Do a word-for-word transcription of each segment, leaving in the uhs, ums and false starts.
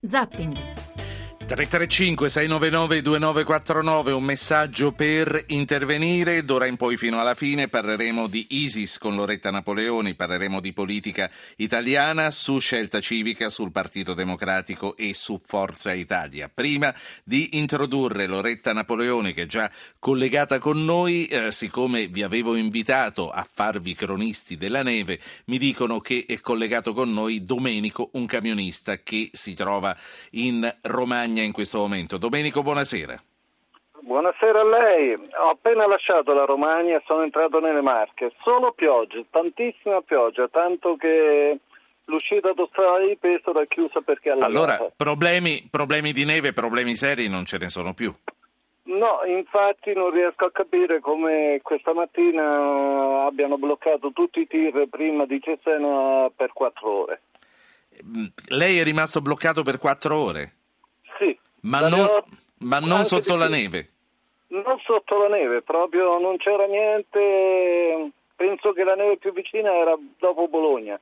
Zapping. tre tre cinque sei nove nove due nove quattro nove, un messaggio per intervenire. D'ora in poi fino alla fine parleremo di ISIS con Loretta Napoleoni, parleremo di politica italiana, su Scelta Civica, sul Partito Democratico e su Forza Italia. Prima di introdurre Loretta Napoleoni, che è già collegata con noi, eh, siccome vi avevo invitato a farvi cronisti della neve, mi dicono che è collegato con noi Domenico, un camionista che si trova in Romagna in questo momento. Domenico, buonasera. Buonasera a lei. Ho appena lasciato la Romagna e sono entrato nelle Marche. Solo pioggia, tantissima pioggia, tanto che l'uscita autostradale di Pesaro è chiusa perché è allagata. Allora, problemi, problemi di neve, problemi seri non ce ne sono più. No, infatti non riesco a capire come questa mattina abbiano bloccato tutti i tir prima di Cesena per quattro ore. Lei è rimasto bloccato per quattro ore? Sì. Ma non, ma non sotto la neve? Non sotto la neve, proprio non c'era niente. Penso che la neve più vicina era dopo Bologna.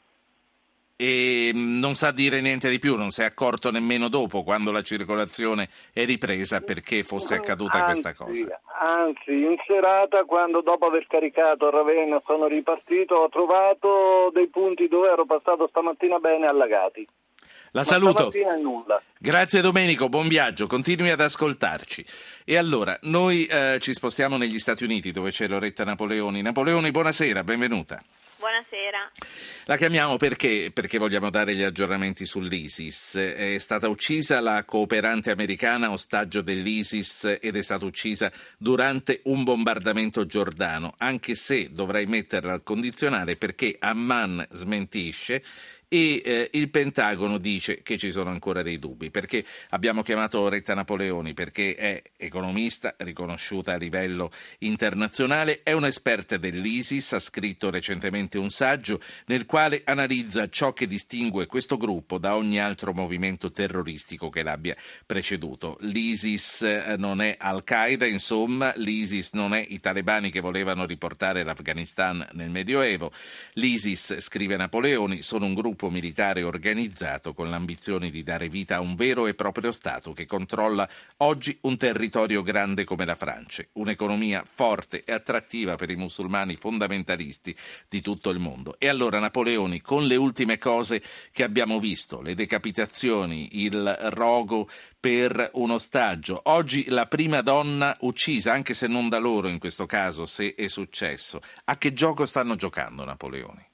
E non sa dire niente di più, non si è accorto nemmeno dopo, quando la circolazione è ripresa, perché fosse accaduta anzi, questa cosa? Anzi, in serata, quando dopo aver caricato a Ravenna sono ripartito, ho trovato dei punti dove ero passato stamattina bene allagati. La Ma saluto. nulla. Grazie Domenico, buon viaggio, continui ad ascoltarci. E allora, noi eh, ci spostiamo negli Stati Uniti, dove c'è Loretta Napoleoni. Napoleoni, buonasera, benvenuta. Buonasera. La chiamiamo perché, perché vogliamo dare gli aggiornamenti sull'ISIS. È stata uccisa la cooperante americana ostaggio dell'ISIS ed è stata uccisa durante un bombardamento giordano, anche se dovrei metterla al condizionale perché Amman smentisce e eh, il Pentagono dice che ci sono ancora dei dubbi. Perché abbiamo chiamato Loretta Napoleoni? Perché è economista riconosciuta a livello internazionale, è un'esperta dell'ISIS, ha scritto recentemente un saggio nel quale analizza ciò che distingue questo gruppo da ogni altro movimento terroristico che l'abbia preceduto. L'ISIS non è Al-Qaeda, insomma, l'ISIS non è i talebani che volevano riportare l'Afghanistan nel Medioevo. L'ISIS, scrive Napoleoni, sono un gruppo militare organizzato con l'ambizione di dare vita a un vero e proprio Stato che controlla oggi un territorio grande come la Francia, un'economia forte e attrattiva per i musulmani fondamentalisti di tutto il mondo. E allora Napoleoni, con le ultime cose che abbiamo visto, le decapitazioni, il rogo per un ostaggio, oggi la prima donna uccisa, anche se non da loro in questo caso, se è successo, a che gioco stanno giocando Napoleoni?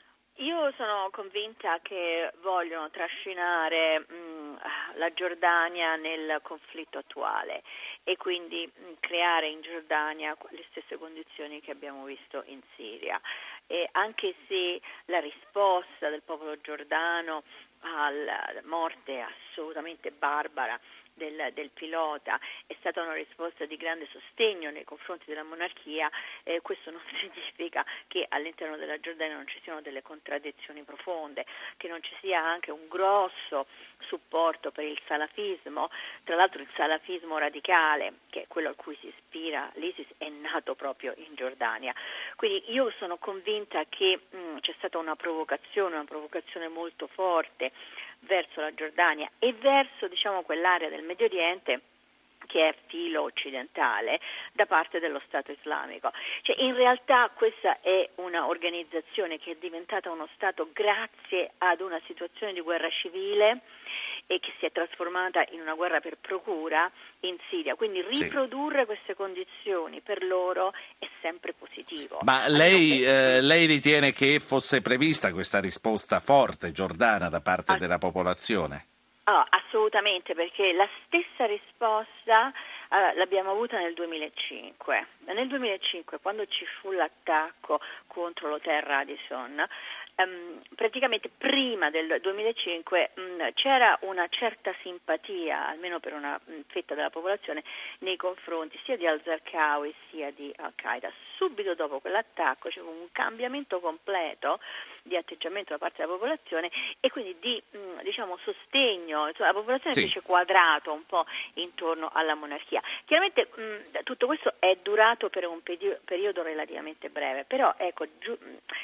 Io sono convinta che vogliono trascinare mh, la Giordania nel conflitto attuale e quindi mh, creare in Giordania le stesse condizioni che abbiamo visto in Siria. E anche se la risposta del popolo giordano alla morte assolutamente barbara Del, del pilota è stata una risposta di grande sostegno nei confronti della monarchia, eh, questo non significa che all'interno della Giordania non ci siano delle contraddizioni profonde, che non ci sia anche un grosso supporto per il salafismo. Tra l'altro il salafismo radicale, che è quello a cui si ispira l'ISIS, è nato proprio in Giordania. Quindi io sono convinta che mh, c'è stata una provocazione, una provocazione molto forte verso la Giordania e verso, diciamo, quell'area del Medio Oriente che è filo occidentale da parte dello Stato islamico. Cioè, in realtà questa è una organizzazione che è diventata uno Stato grazie ad una situazione di guerra civile e che si è trasformata in una guerra per procura in Siria. Quindi riprodurre sì. queste condizioni per loro è sempre positivo. Ma lei, eh, lei ritiene che fosse prevista questa risposta forte giordana da parte All... della popolazione? Oh, assolutamente, perché la stessa risposta uh, l'abbiamo avuta nel duemilacinque. Nel duemilacinque, quando ci fu l'attacco contro l'hotel Radisson, um, praticamente prima del duemilacinque um, c'era una certa simpatia, almeno per una um, fetta della popolazione, nei confronti sia di al-Zarqawi sia di Al-Qaeda. Subito dopo quell'attacco c'è un cambiamento completo di atteggiamento da parte della popolazione e quindi di mh, diciamo sostegno, cioè la popolazione sì. invece quadrato un po' intorno alla monarchia. Chiaramente mh, tutto questo è durato per un pedio- periodo relativamente breve, però ecco giu-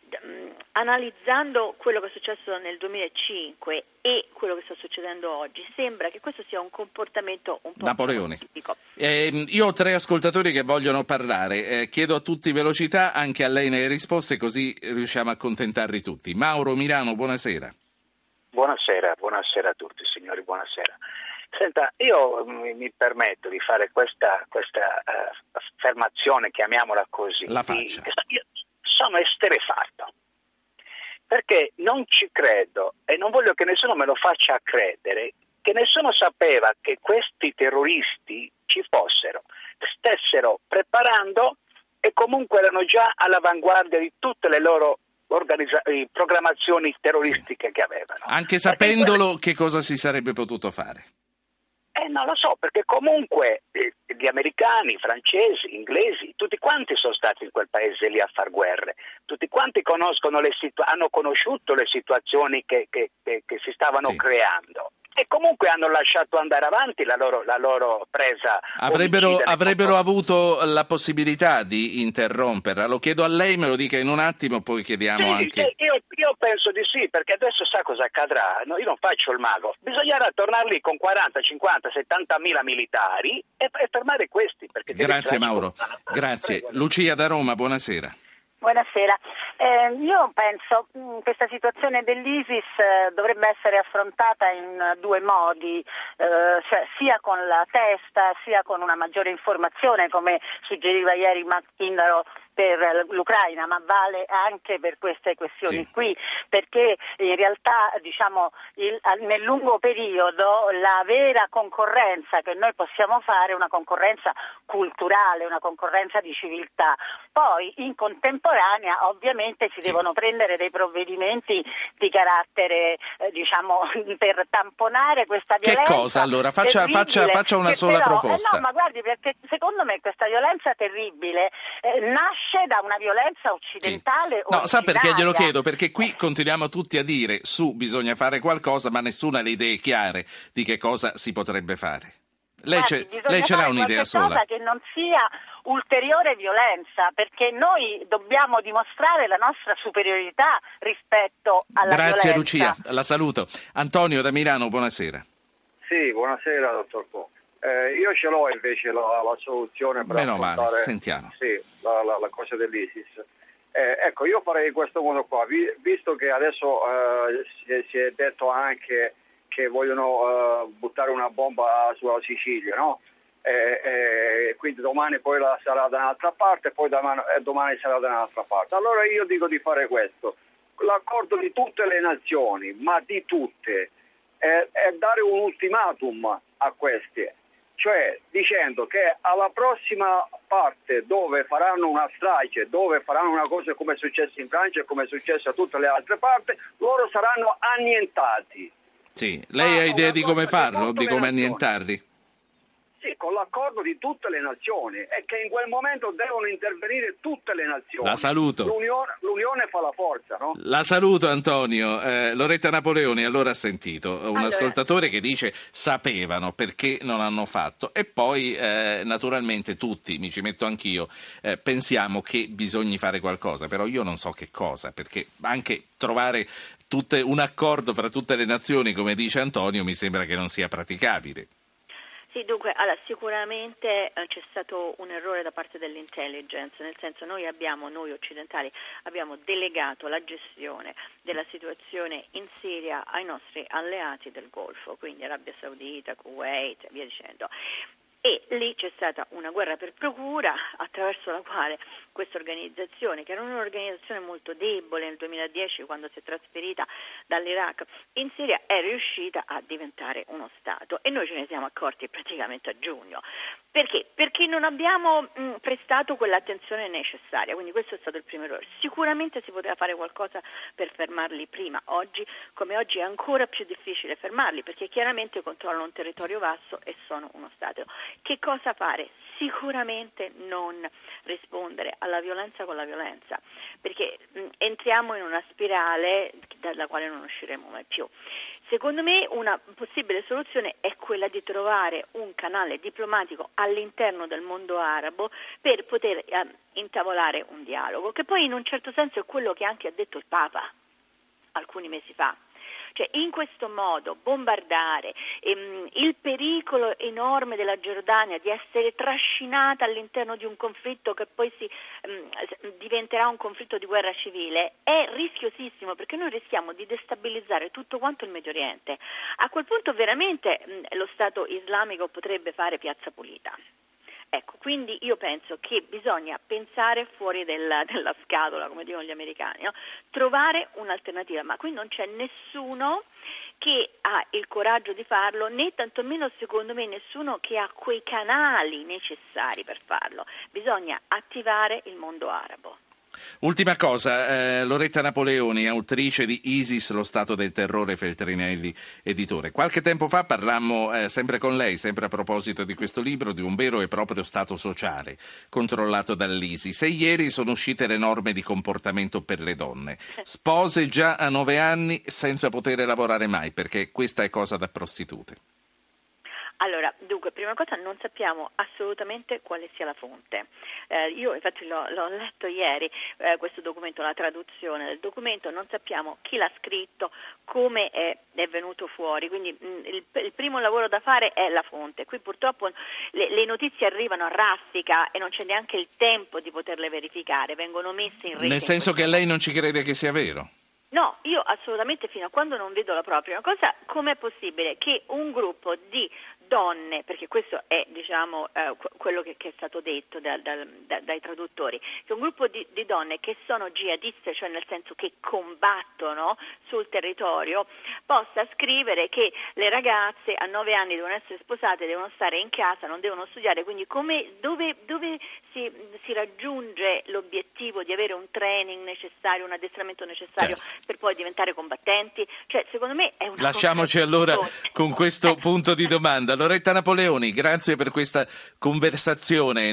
mh, analizzando quello che è successo nel duemilacinque e quello che sta succedendo oggi, sembra che questo sia un comportamento un po' Napoleone. tipico. Eh, io ho tre ascoltatori che vogliono parlare, eh, chiedo a tutti velocità, anche a lei nelle risposte, così riusciamo a accontentarli tutti. Mauro Milano, buonasera. Buonasera, buonasera a tutti signori, buonasera. Senta, io mi, mi permetto di fare questa, questa uh, affermazione, chiamiamola così. La faccia. Di, io sono esterrefatto, perché non ci credo e non voglio che nessuno me lo faccia credere che nessuno sapeva che questi terroristi ci fossero, stessero preparando e comunque erano già all'avanguardia di tutte le loro organizza- programmazioni terroristiche sì. che avevano. Anche sapendolo, quelle... che cosa si sarebbe potuto fare? Eh, non lo so, perché comunque eh, gli americani, i francesi, inglesi, tutti quanti sono stati in quel paese lì a far guerre, tutti quanti conoscono le situ- hanno conosciuto le situazioni che, che, che, che si stavano sì. creando. E comunque hanno lasciato andare avanti la loro, la loro presa. Avrebbero, avrebbero avuto la possibilità di interromperla. Lo chiedo a lei, me lo dica in un attimo, poi chiediamo sì, anche... Sì, io, io penso di sì, perché adesso sa cosa accadrà. No, io non faccio il mago. Bisognerà tornare lì con quaranta, cinquanta, settant mila militari e, e fermare questi. Perché Grazie Mauro, grazie. Prego. Lucia da Roma, buonasera. Buonasera, eh, io penso che questa situazione dell'ISIS eh, dovrebbe essere affrontata in due modi, eh, cioè sia con la testa sia con una maggiore informazione, come suggeriva ieri McIntyre per l'Ucraina, ma vale anche per queste questioni sì. qui, perché in realtà diciamo il, nel lungo periodo la vera concorrenza che noi possiamo fare è una concorrenza culturale, una concorrenza di civiltà. Poi in contemporanea ovviamente si sì. devono prendere dei provvedimenti di carattere eh, diciamo per tamponare questa violenza. Che cosa allora? Faccia, faccia, faccia una sola però, proposta. Eh no, ma guardi, perché secondo me questa violenza terribile eh, nasce da una violenza occidentale. Sì. No, sa perché glielo chiedo? Perché qui continuiamo tutti a dire su bisogna fare qualcosa, ma nessuno ha le idee chiare di che cosa si potrebbe fare. Lei, Guardi, ce, lei ce l'ha un'idea sola? Cosa che non sia ulteriore violenza, perché noi dobbiamo dimostrare la nostra superiorità rispetto alla Grazie, violenza. Grazie Lucia, la saluto. Antonio da Milano, buonasera. Sì, buonasera dottor Po. Eh, io ce l'ho invece la, la soluzione per Meno affrontare male, sentiamo. Sì, la, la, la cosa dell'ISIS. Eh, ecco, io farei in questo modo qua, vi, visto che adesso eh, si, si è detto anche che vogliono eh, buttare una bomba sulla Sicilia, no? Eh, eh, quindi domani poi la sarà da un'altra parte, poi domani, eh, domani sarà da un'altra parte. Allora io dico di fare questo, l'accordo di tutte le nazioni, ma di tutte, è, è dare un ultimatum a queste. Cioè dicendo che alla prossima parte dove faranno una strage, dove faranno una cosa come è successo in Francia e come è successo a tutte le altre parti, loro saranno annientati. Sì, lei ha idea di come farlo, di come annientarli? Sì, con l'accordo di tutte le nazioni, e che in quel momento devono intervenire tutte le nazioni. La saluto. L'unione, l'unione fa la forza, no? La saluto Antonio. Eh, Loretta Napoleoni allora ha sentito un allora. ascoltatore che dice sapevano perché non hanno fatto, e poi eh, naturalmente tutti, mi ci metto anch'io, eh, pensiamo che bisogni fare qualcosa, però io non so che cosa, perché anche trovare tutte, un accordo fra tutte le nazioni, come dice Antonio, mi sembra che non sia praticabile. Sì, dunque, allora, sicuramente eh, c'è stato un errore da parte dell'intelligence, nel senso noi abbiamo, noi occidentali, abbiamo delegato la gestione della situazione in Siria ai nostri alleati del Golfo, quindi Arabia Saudita, Kuwait, via dicendo. E lì c'è stata una guerra per procura attraverso la quale questa organizzazione, che era un'organizzazione molto debole nel duemiladieci quando si è trasferita dall'Iraq in Siria, è riuscita a diventare uno Stato, e noi ce ne siamo accorti praticamente a giugno. Perché? Perché non abbiamo mh, prestato quell'attenzione necessaria, quindi questo è stato il primo errore. Sicuramente si poteva fare qualcosa per fermarli prima. Oggi, come oggi, è ancora più difficile fermarli, perché chiaramente controllano un territorio vasto e sono uno Stato. Che cosa fare? Sicuramente non rispondere alla violenza con la violenza, perché mh, entriamo in una spirale dalla quale non usciremo mai più. Secondo me una possibile soluzione è quella quella di trovare un canale diplomatico all'interno del mondo arabo per poter eh, intavolare un dialogo, che poi in un certo senso è quello che anche ha detto il Papa alcuni mesi fa. Cioè, in questo modo bombardare ehm, il pericolo enorme della Giordania di essere trascinata all'interno di un conflitto che poi si ehm, diventerà un conflitto di guerra civile è rischiosissimo, perché noi rischiamo di destabilizzare tutto quanto il Medio Oriente. A quel punto veramente mh, lo Stato islamico potrebbe fare piazza pulita. Ecco, quindi io penso che bisogna pensare fuori della, della scatola, come dicono gli americani, no? Trovare un'alternativa, ma qui non c'è nessuno che ha il coraggio di farlo, né tantomeno secondo me nessuno che ha quei canali necessari per farlo. Bisogna attivare il mondo arabo. Ultima cosa, eh, Loretta Napoleoni, autrice di Isis, lo Stato del terrore, Feltrinelli, editore. Qualche tempo fa parlammo eh, sempre con lei, sempre a proposito di questo libro, di un vero e proprio Stato sociale controllato dall'ISIS. E ieri sono uscite le norme di comportamento per le donne. Spose già a nove anni senza poter lavorare mai, perché questa è cosa da prostitute. Allora, dunque, prima cosa non sappiamo assolutamente quale sia la fonte. Eh, io infatti l'ho, l'ho letto ieri, eh, questo documento, la traduzione del documento, non sappiamo chi l'ha scritto, come è, è venuto fuori, quindi mh, il, il primo lavoro da fare è la fonte. Qui purtroppo le, le notizie arrivano a raffica e non c'è neanche il tempo di poterle verificare, vengono messe in rete. Nel senso che lei non ci crede che sia vero? No, io assolutamente fino a quando non vedo la propria una cosa, com'è possibile che un gruppo di donne, perché questo è diciamo eh, quello che, che è stato detto da, da, da, dai traduttori, che un gruppo di, di donne che sono jihadiste, cioè nel senso che combattono sul territorio, possa scrivere che le ragazze a nove anni devono essere sposate, devono stare in casa, non devono studiare, quindi come, dove, dove si, si raggiunge l'obiettivo di avere un training necessario, un addestramento necessario, certo, per poi diventare combattenti? Cioè, secondo me è una Lasciamoci allora con questo punto di domanda. Loretta Napoleoni, grazie per questa conversazione.